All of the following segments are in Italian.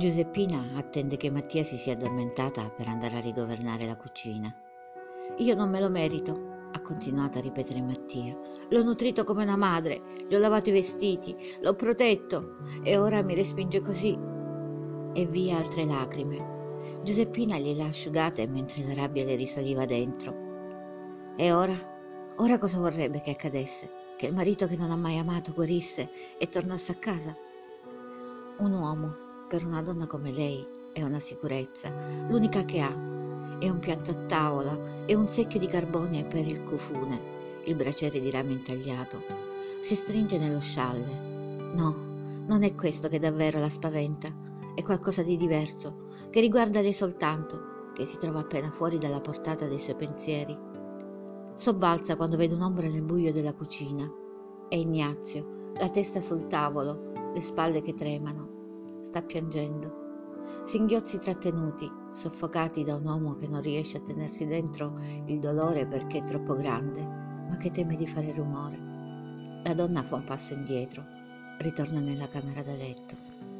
Giuseppina attende che Mattia si sia addormentata per andare a rigovernare la cucina. Io non me lo merito, ha continuato a ripetere Mattia. L'ho nutrito come una madre, gli ho lavato i vestiti, l'ho protetto e ora mi respinge così. E via altre lacrime. Giuseppina gliele ha asciugate mentre la rabbia le risaliva dentro. E ora? Ora cosa vorrebbe che accadesse? Che il marito che non ha mai amato guarisse e tornasse a casa? Un uomo, per una donna come lei, è una sicurezza, l'unica che ha. È un piatto a tavola e un secchio di carbone per il cufune, il braciere di rame intagliato. Si stringe nello scialle. No, non è questo che davvero la spaventa. È qualcosa di diverso, che riguarda lei soltanto, che si trova appena fuori dalla portata dei suoi pensieri. Sobbalza quando vede un'ombra nel buio della cucina. È Ignazio, la testa sul tavolo, le spalle che tremano. Sta piangendo. Singhiozzi trattenuti, soffocati da un uomo che non riesce a tenersi dentro il dolore perché è troppo grande, ma che teme di fare rumore. La donna fa un passo indietro, ritorna nella camera da letto.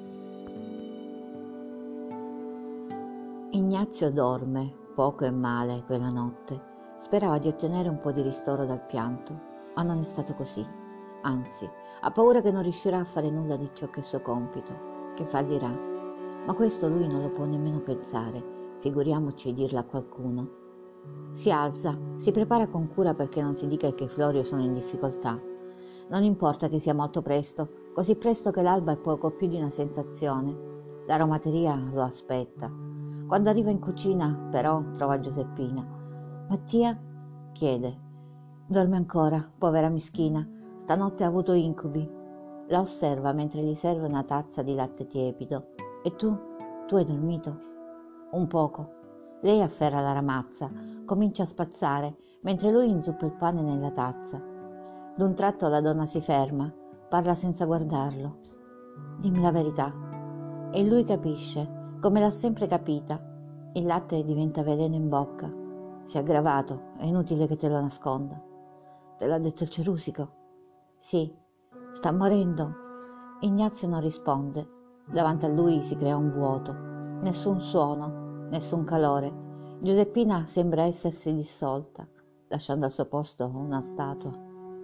Ignazio dorme, poco e male, quella notte. Sperava di ottenere un po' di ristoro dal pianto, ma non è stato così. Anzi, ha paura che non riuscirà a fare nulla di ciò che è suo compito, che fallirà. Ma questo lui non lo può nemmeno pensare, figuriamoci dirlo a qualcuno. Si alza, si prepara con cura perché non si dica che i Florio sono in difficoltà. Non importa che sia molto presto, così presto che l'alba è poco più di una sensazione. L'aromateria lo aspetta. Quando arriva in cucina, però, trova Giuseppina. Mattia? Chiede. Dorme ancora, povera mischina. Stanotte ha avuto incubi. La osserva mentre gli serve una tazza di latte tiepido. E tu? Tu hai dormito? Un poco. Lei afferra la ramazza, comincia a spazzare, mentre lui inzuppa il pane nella tazza. D'un tratto la donna si ferma, parla senza guardarlo. Dimmi la verità. E lui capisce, come l'ha sempre capita. Il latte diventa veleno in bocca. Si è aggravato, è inutile che te lo nasconda. Te l'ha detto il cerusico? Sì. Sta morendo. Ignazio non risponde. Davanti a lui si crea un vuoto. Nessun suono, nessun calore. Giuseppina sembra essersi dissolta, lasciando al suo posto una statua.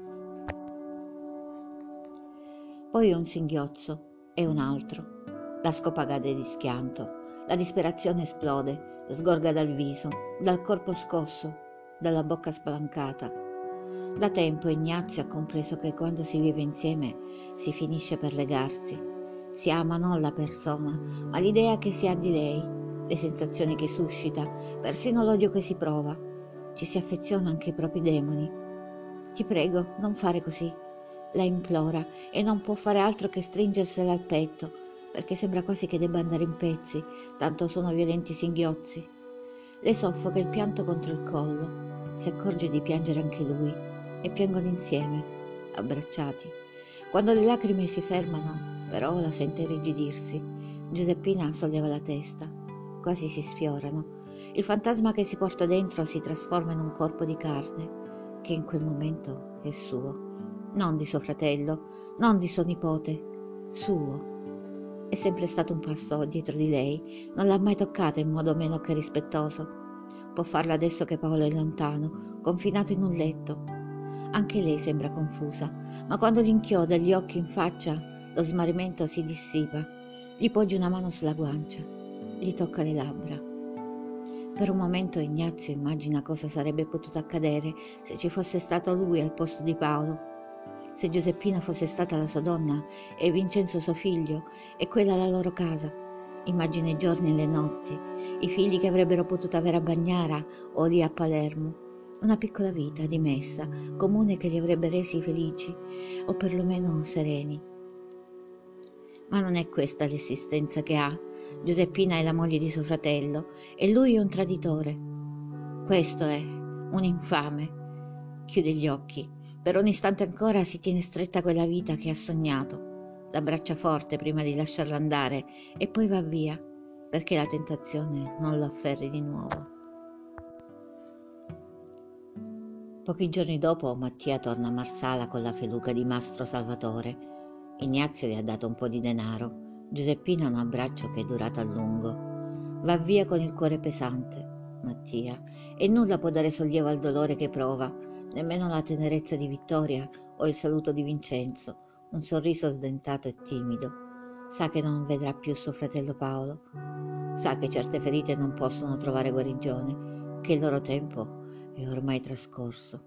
Poi un singhiozzo e un altro. La scopa cade di schianto. La disperazione esplode, sgorga dal viso, dal corpo scosso, dalla bocca spalancata. Da tempo Ignazio ha compreso che quando si vive insieme si finisce per legarsi. Si ama non la persona, ma l'idea che si ha di lei, le sensazioni che suscita, persino l'odio che si prova. Ci si affeziona anche ai propri demoni. Ti prego, non fare così, la implora, e non può fare altro che stringersela al petto, perché sembra quasi che debba andare in pezzi, tanto sono violenti i singhiozzi. Le soffoca il pianto contro il collo, si accorge di piangere anche lui, e piangono insieme, abbracciati. Quando le lacrime si fermano, però la sente irrigidirsi. Giuseppina solleva la testa, quasi si sfiorano. Il fantasma che si porta dentro si trasforma in un corpo di carne, che in quel momento è suo, non di suo fratello, non di suo nipote, suo. È sempre stato un passo dietro di lei, non l'ha mai toccata in modo meno che rispettoso. Può farlo adesso che Paolo è lontano, confinato in un letto. Anche lei sembra confusa, ma quando gli inchioda gli occhi in faccia, lo smarrimento si dissipa. Gli poggia una mano sulla guancia, gli tocca le labbra. Per un momento Ignazio immagina cosa sarebbe potuto accadere se ci fosse stato lui al posto di Paolo. Se Giuseppina fosse stata la sua donna e Vincenzo suo figlio e quella la loro casa. Immagina i giorni e le notti, i figli che avrebbero potuto avere a Bagnara o lì a Palermo. Una piccola vita dimessa, comune, che li avrebbe resi felici o perlomeno sereni. Ma non è questa l'esistenza che ha. Giuseppina è la moglie di suo fratello e lui è un traditore. Questo è un infame. Chiude gli occhi. Per un istante ancora si tiene stretta quella vita che ha sognato. L'abbraccia forte prima di lasciarla andare e poi va via, perché la tentazione non lo afferri di nuovo. Pochi giorni dopo Mattia torna a Marsala con la feluca di Mastro Salvatore. Ignazio gli ha dato un po' di denaro. Giuseppina ha un abbraccio che è durato a lungo. Va via con il cuore pesante, Mattia, e nulla può dare sollievo al dolore che prova, nemmeno la tenerezza di Vittoria o il saluto di Vincenzo, un sorriso sdentato e timido. Sa che non vedrà più suo fratello Paolo. Sa che certe ferite non possono trovare guarigione, che il loro tempo è ormai trascorso.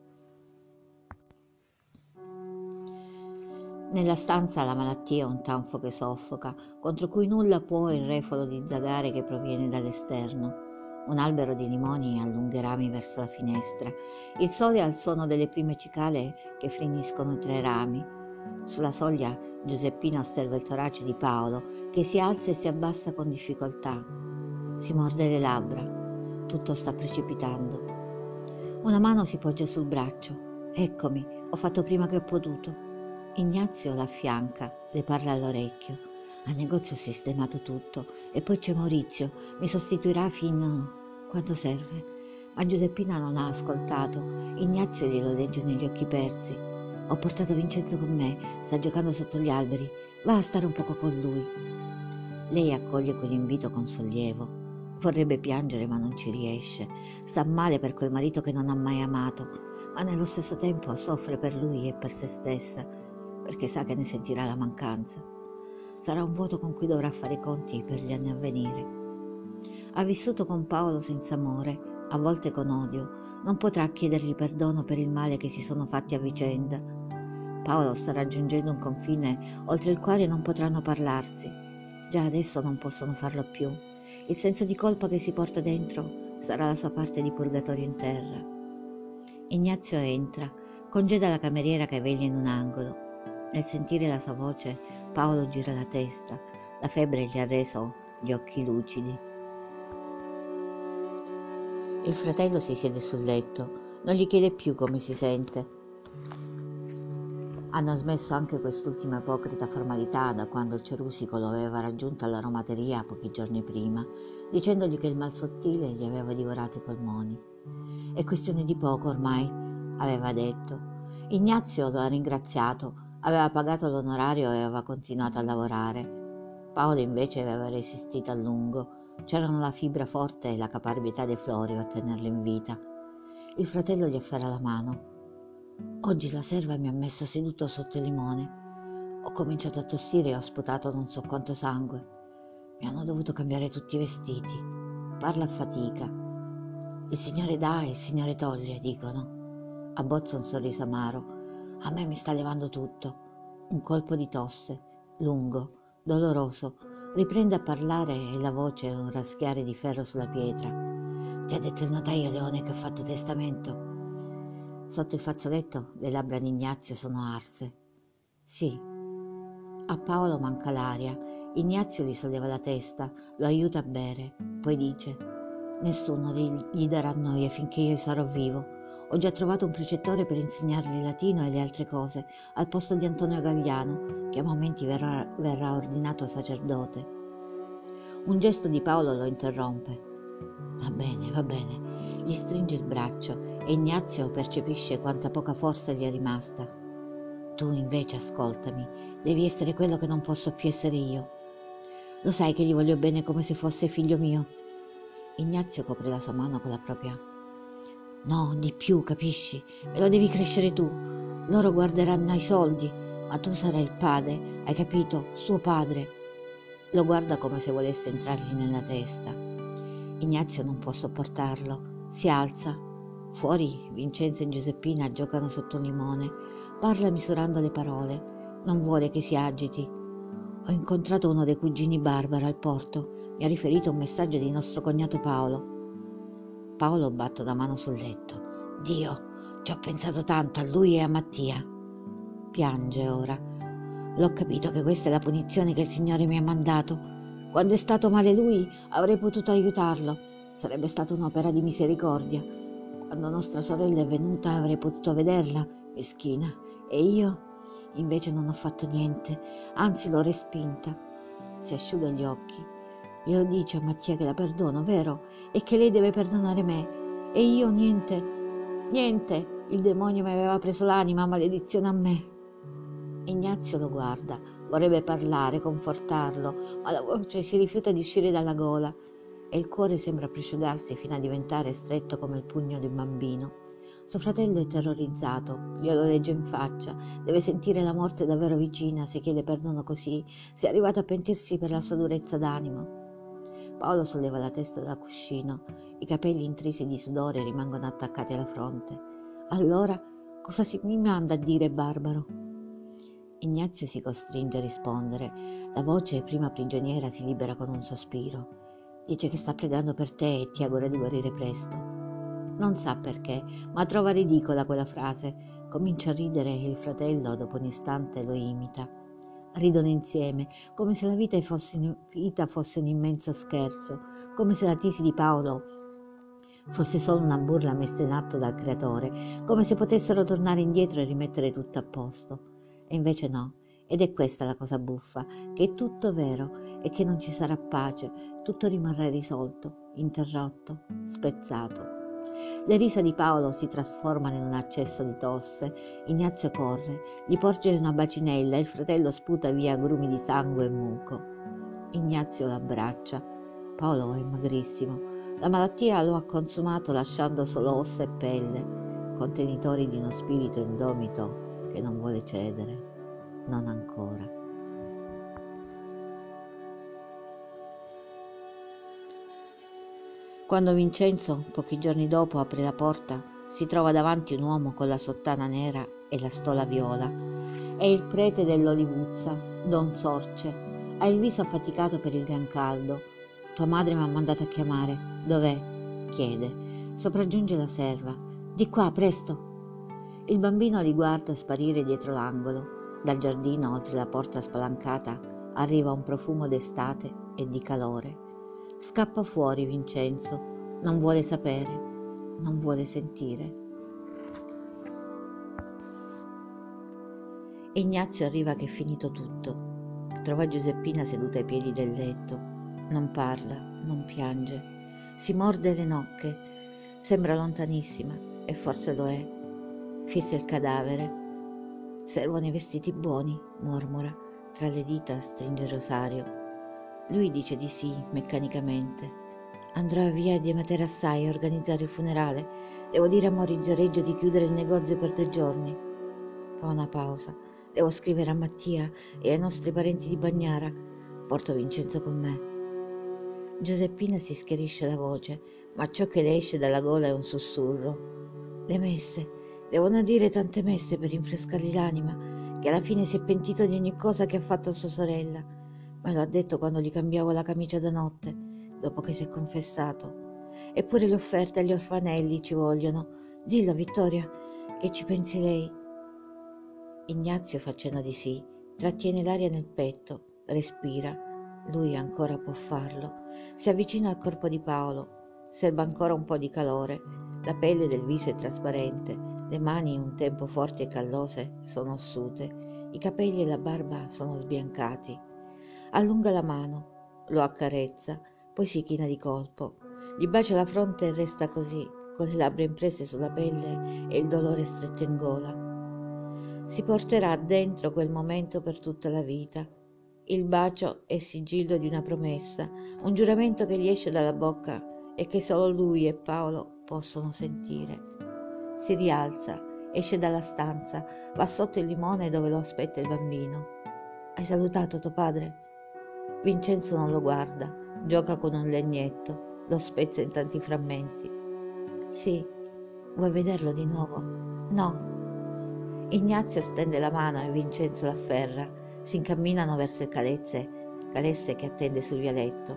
Nella stanza la malattia è un tanfo che soffoca, contro cui nulla può il refolo di zagare che proviene dall'esterno. Un albero di limoni allunga i rami verso la finestra. Il sole ha il suono delle prime cicale che finiscono tra i rami. Sulla soglia Giuseppina osserva il torace di Paolo che si alza e si abbassa con difficoltà. Si morde le labbra. Tutto sta precipitando. Una mano si poggia sul braccio. Eccomi, ho fatto prima che ho potuto. Ignazio la affianca, le parla all'orecchio. Al negozio ho sistemato tutto e poi c'è Maurizio, mi sostituirà fino quando serve. Ma Giuseppina non ha ascoltato. Ignazio glielo legge negli occhi persi. Ho portato Vincenzo con me, sta giocando sotto gli alberi, va a stare un poco con lui. Lei accoglie quell'invito con sollievo. Vorrebbe piangere ma non ci riesce. Sta male per quel marito che non ha mai amato, ma nello stesso tempo soffre per lui e per se stessa, perché sa che ne sentirà la mancanza. Sarà un vuoto con cui dovrà fare i conti per gli anni a venire. Ha vissuto con Paolo senza amore, a volte con odio. Non potrà chiedergli perdono per il male che si sono fatti a vicenda. Paolo sta raggiungendo un confine oltre il quale non potranno parlarsi. Già adesso non possono farlo più. Il senso di colpa che si porta dentro sarà la sua parte di purgatorio in terra. Ignazio entra, congeda la cameriera che veglia in un angolo. Nel sentire la sua voce, Paolo gira la testa. La febbre gli ha reso gli occhi lucidi. Il fratello si siede sul letto, non gli chiede più come si sente. Hanno smesso anche quest'ultima ipocrita formalità da quando il cerusico lo aveva raggiunto all'aromateria pochi giorni prima, dicendogli che il mal sottile gli aveva divorato i polmoni. È questione di poco ormai, aveva detto. Ignazio lo ha ringraziato, aveva pagato l'onorario e aveva continuato a lavorare. Paolo invece aveva resistito a lungo. C'erano la fibra forte e la caparbietà dei Florio a tenerlo in vita. Il fratello gli afferra la mano. Oggi la serva mi ha messo seduto sotto il limone. Ho cominciato a tossire e ho sputato non so quanto sangue. Mi hanno dovuto cambiare tutti i vestiti. Parla a fatica. Il Signore dà e il Signore toglie, dicono. Abbozza un sorriso amaro. A me mi sta levando tutto. Un colpo di tosse, lungo, doloroso. Riprende a parlare e la voce è un raschiare di ferro sulla pietra. Ti ha detto il notaio, Leone, che ho fatto testamento? Sotto il fazzoletto le labbra di Ignazio sono arse. Sì. A Paolo manca l'aria. Ignazio gli solleva la testa, lo aiuta a bere, poi dice: nessuno gli darà noia finché io sarò vivo. Ho già trovato un precettore per insegnargli il latino e le altre cose, al posto di Antonio Gagliano, che a momenti verrà ordinato sacerdote. Un gesto di Paolo lo interrompe. Va bene, gli stringe il braccio e Ignazio percepisce quanta poca forza gli è rimasta. Tu invece ascoltami, devi essere quello che non posso più essere io. Lo sai che gli voglio bene come se fosse figlio mio? Ignazio copre la sua mano con la propria. No, di più, capisci? Me lo devi crescere tu. Loro guarderanno ai soldi, ma tu sarai il padre, hai capito? Suo padre. Lo guarda come se volesse entrargli nella testa. Ignazio non può sopportarlo. Si alza. Fuori Vincenzo e Giuseppina giocano sotto un limone. Parla misurando le parole. Non vuole che si agiti. Ho incontrato uno dei cugini Barbara al porto. Mi ha riferito un messaggio di nostro cognato Paolo. Paolo batte una mano sul letto. Dio, ci ho pensato tanto a lui e a Mattia. Piange ora. L'ho capito che questa è la punizione che il Signore mi ha mandato. Quando è stato male lui avrei potuto aiutarlo. Sarebbe stata un'opera di misericordia. Quando nostra sorella è venuta avrei potuto vederla, meschina. E io invece non ho fatto niente, anzi l'ho respinta. Si asciuga gli occhi. Glielo dice a Mattia che la perdono, vero? E che lei deve perdonare me. E io niente. Il demonio mi aveva preso l'anima, maledizione a me. Ignazio lo guarda, Vorrebbe parlare, confortarlo, ma la voce si rifiuta di uscire dalla gola e il cuore sembra prosciugarsi fino a diventare stretto come il pugno di un bambino. Suo fratello è terrorizzato, glielo legge in faccia, deve sentire la morte davvero vicina se chiede perdono così, se è arrivato a pentirsi per la sua durezza d'animo. Paolo solleva la testa dal cuscino, i capelli intrisi di sudore rimangono attaccati alla fronte. Allora, cosa mi manda a dire, Barbaro? Ignazio si costringe a rispondere. La voce, prima prigioniera, si libera con un sospiro. Dice che sta pregando per te e ti augura di guarire presto. Non sa perché, ma trova ridicola quella frase. Comincia a ridere e il fratello, dopo un istante, lo imita. Ridono insieme, come se la vita fosse un immenso scherzo, come se la tesi di Paolo fosse solo una burla messa in atto dal creatore, come se potessero tornare indietro e rimettere tutto a posto. E invece no, ed è questa la cosa buffa, che è tutto vero e che non ci sarà pace, tutto rimarrà irrisolto, interrotto, spezzato. Le risa di Paolo si trasformano in un accesso di tosse. Ignazio corre, gli porge una bacinella e il fratello sputa via grumi di sangue e muco. Ignazio lo abbraccia. Paolo è magrissimo. La malattia lo ha consumato lasciando solo ossa e pelle, contenitori di uno spirito indomito che non vuole cedere. Non ancora. Quando Vincenzo, pochi giorni dopo, apre la porta, si trova davanti un uomo con la sottana nera e la stola viola. È il prete dell'Olivuzza, Don Sorce. Ha il viso affaticato per il gran caldo. Tua madre mi ha mandato a chiamare. Dov'è? Chiede. Sopraggiunge la serva. Di qua, presto. Il bambino li guarda sparire dietro l'angolo. Dal giardino, oltre la porta spalancata, arriva un profumo d'estate e di calore. Scappa fuori Vincenzo, non vuole sapere, non vuole sentire. Ignazio arriva che è finito tutto. Trova Giuseppina seduta ai piedi del letto. Non parla, non piange. Si morde le nocche. Sembra lontanissima, e forse lo è. Fissa il cadavere. Servono i vestiti buoni, mormora. Tra le dita stringe il rosario. Lui dice di sì, meccanicamente. Andrò a via di Materassai a organizzare il funerale. Devo dire a Maurizio Reggio di chiudere il negozio per 2 giorni. Fa una pausa. Devo scrivere a Mattia e ai nostri parenti di Bagnara. Porto Vincenzo con me. Giuseppina si schiarisce la voce, ma ciò che le esce dalla gola è un sussurro. Le messe. Devono dire tante messe per rinfrescargli l'anima, che alla fine si è pentito di ogni cosa che ha fatto a sua sorella. Me lo ha detto quando gli cambiavo la camicia da notte, dopo che si è confessato. Eppure le offerte agli orfanelli ci vogliono. Dillo, Vittoria, che ci pensi lei. Ignazio fa cenno di sì, trattiene l'aria nel petto, respira. Lui ancora può farlo. Si avvicina al corpo di Paolo, serba ancora un po' di calore. La pelle del viso è trasparente, le mani, un tempo forti e callose, sono ossute, i capelli e la barba sono sbiancati. Allunga la mano, lo accarezza, poi si china di colpo. Gli bacia la fronte e resta così, con le labbra impresse sulla pelle e il dolore stretto in gola. Si porterà dentro quel momento per tutta la vita. Il bacio è sigillo di una promessa, un giuramento che gli esce dalla bocca e che solo lui e Paolo possono sentire. Si rialza, esce dalla stanza, va sotto il limone dove lo aspetta il bambino. Hai salutato tuo padre? Vincenzo non lo guarda, gioca con un legnetto, lo spezza in tanti frammenti. Sì, vuoi vederlo di nuovo? No. Ignazio stende la mano e Vincenzo l'afferra. Si incamminano verso il Calesse che attende sul vialetto.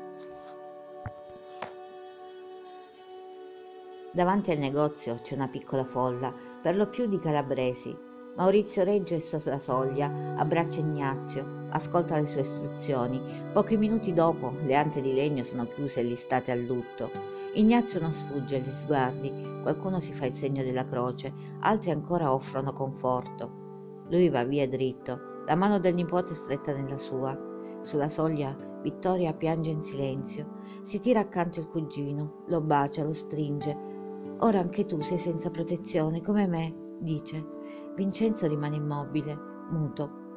Davanti al negozio c'è una piccola folla, per lo più di calabresi. Maurizio Reggio è sulla soglia, abbraccia Ignazio, ascolta le sue istruzioni. Pochi minuti dopo le ante di legno sono chiuse e listate al lutto. Ignazio non sfugge agli sguardi, qualcuno si fa il segno della croce, altri ancora offrono conforto. Lui va via dritto, la mano del nipote stretta nella sua. Sulla soglia Vittoria piange in silenzio, si tira accanto il cugino, lo bacia, lo stringe. Ora anche tu sei senza protezione, come me, dice. Vincenzo rimane immobile, muto.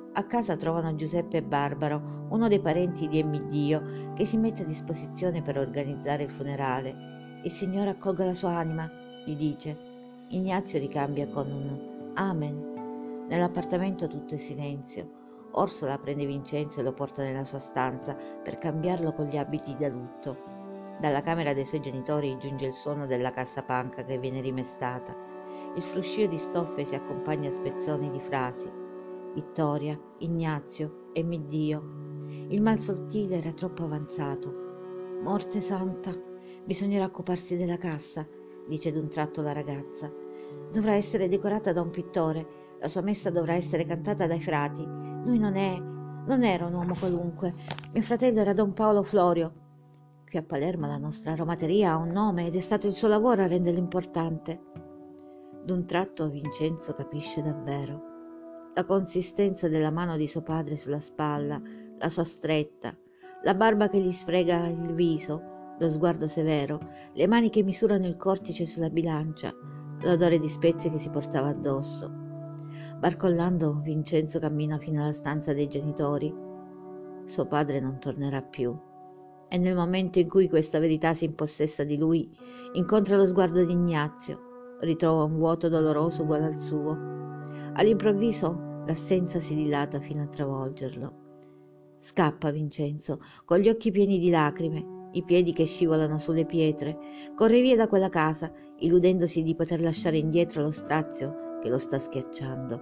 A casa trovano Giuseppe e Barbaro, uno dei parenti di Emilio, che si mette a disposizione per organizzare il funerale. Il Signore accolga la sua anima, gli dice. Ignazio ricambia con un Amen. Nell'appartamento tutto è silenzio. Orsola prende Vincenzo e lo porta nella sua stanza per cambiarlo con gli abiti da lutto. Dalla camera dei suoi genitori giunge il suono della cassapanca che viene rimestata. Il fruscio di stoffe si accompagna a spezzoni di frasi. Vittoria, Ignazio, Emiddio. Il mal sottile era troppo avanzato. Morte santa, bisognerà occuparsi della cassa, dice d'un tratto la ragazza. Dovrà essere decorata da un pittore, la sua messa dovrà essere cantata dai frati. Lui non era un uomo qualunque. Mio fratello era Don Paolo Florio. Qui a Palermo la nostra aromateria ha un nome ed è stato il suo lavoro a renderlo importante. D'un tratto Vincenzo capisce davvero. La consistenza della mano di suo padre sulla spalla, la sua stretta, la barba che gli sfrega il viso, lo sguardo severo, le mani che misurano il cortice sulla bilancia, l'odore di spezie che si portava addosso. Barcollando, Vincenzo cammina fino alla stanza dei genitori. Suo padre non tornerà più. E nel momento in cui questa verità si impossessa di lui, incontra lo sguardo di Ignazio, ritrova un vuoto doloroso uguale al suo. All'improvviso l'assenza si dilata fino a travolgerlo. Scappa Vincenzo, con gli occhi pieni di lacrime, i piedi che scivolano sulle pietre, corre via da quella casa, illudendosi di poter lasciare indietro lo strazio che lo sta schiacciando.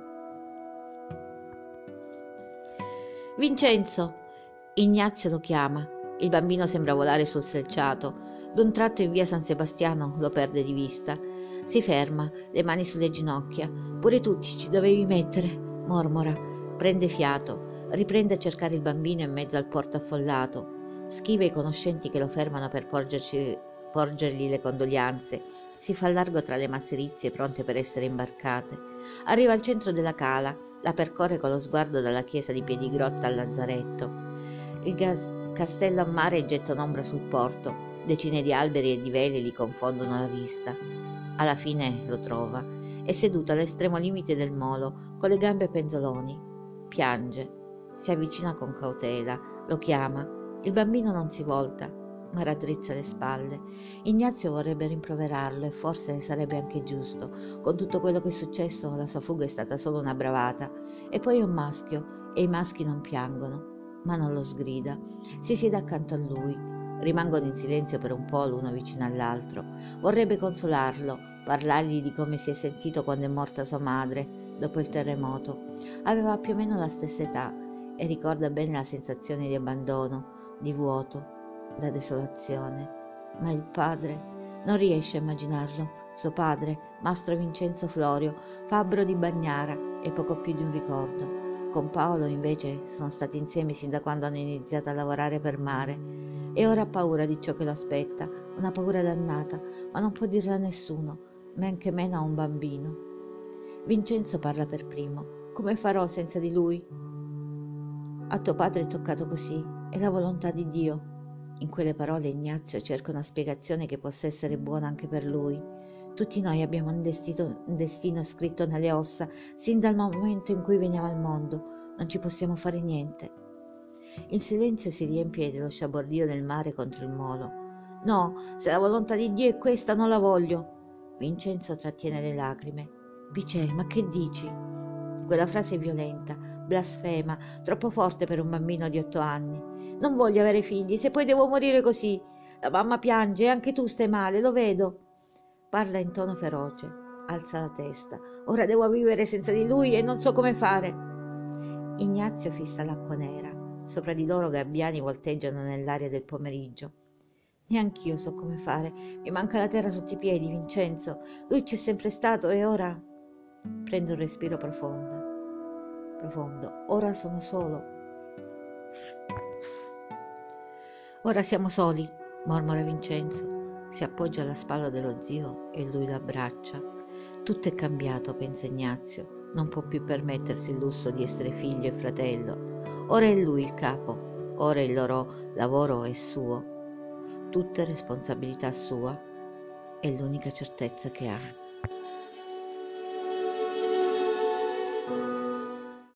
Vincenzo! Ignazio lo chiama. Il bambino sembra volare sul selciato. D'un tratto in via San Sebastiano lo perde di vista. Si ferma, le mani sulle ginocchia. Pure tu ti ci dovevi mettere, mormora. Prende fiato, riprende a cercare il bambino in mezzo al porto affollato. Schiva i conoscenti che lo fermano per porgergli le condoglianze. Si fa largo tra le masserizie pronte per essere imbarcate. Arriva al centro della cala, la percorre con lo sguardo dalla chiesa di Piedigrotta al lazzaretto. Il castello a mare getta un'ombra sul porto. Decine di alberi e di veli gli confondono la vista. Alla fine lo trova. È seduto all'estremo limite del molo, con le gambe a penzoloni. Piange. Si avvicina con cautela. Lo chiama. Il bambino non si volta, ma raddrizza le spalle. Ignazio vorrebbe rimproverarlo e forse sarebbe anche giusto. Con tutto quello che è successo, la sua fuga è stata solo una bravata. E poi è un maschio, e i maschi non piangono. Ma non lo sgrida. Si siede accanto a lui. Rimangono in silenzio per un po' l'uno vicino all'altro. Vorrebbe consolarlo, parlargli di come si è sentito quando è morta sua madre, dopo il terremoto. Aveva più o meno la stessa età e ricorda bene la sensazione di abbandono, di vuoto, la desolazione. Ma il padre non riesce a immaginarlo. Suo padre, Mastro Vincenzo Florio, fabbro di Bagnara, è poco più di un ricordo. Con Paolo invece sono stati insieme sin da quando hanno iniziato a lavorare per mare e ora ha paura di ciò che lo aspetta, una paura dannata, ma non può dirla a nessuno, men che meno a un bambino. Vincenzo parla per primo. Come farò senza di lui? A tuo padre è toccato così, è la volontà di Dio. In quelle parole Ignazio cerca una spiegazione che possa essere buona anche per lui. Tutti noi abbiamo un destino scritto nelle ossa sin dal momento in cui veniamo al mondo. Non ci possiamo fare niente. Il silenzio si riempie dello sciabordio del mare contro il molo. No, se la volontà di Dio è questa, non la voglio. Vincenzo trattiene le lacrime. Bicè, ma che dici? Quella frase è violenta, blasfema, troppo forte per un bambino di 8 anni. Non voglio avere figli, se poi devo morire così. La mamma piange e anche tu stai male, lo vedo. Parla in tono feroce, alza la testa. Ora devo vivere senza di lui e non so come fare. Ignazio fissa l'acqua nera. Sopra di loro gabbiani volteggiano nell'aria del pomeriggio. Neanch'io so come fare. Mi manca la terra sotto i piedi, Vincenzo. Lui c'è sempre stato e ora... Prendo un respiro profondo. Ora sono solo. Ora siamo soli, mormora Vincenzo. Si appoggia alla spalla dello zio e lui lo abbraccia. Tutto è cambiato, pensa Ignazio. Non può più permettersi il lusso di essere figlio e fratello. Ora è lui il capo. Ora il loro lavoro è suo. Tutta è responsabilità sua. È l'unica certezza che ha.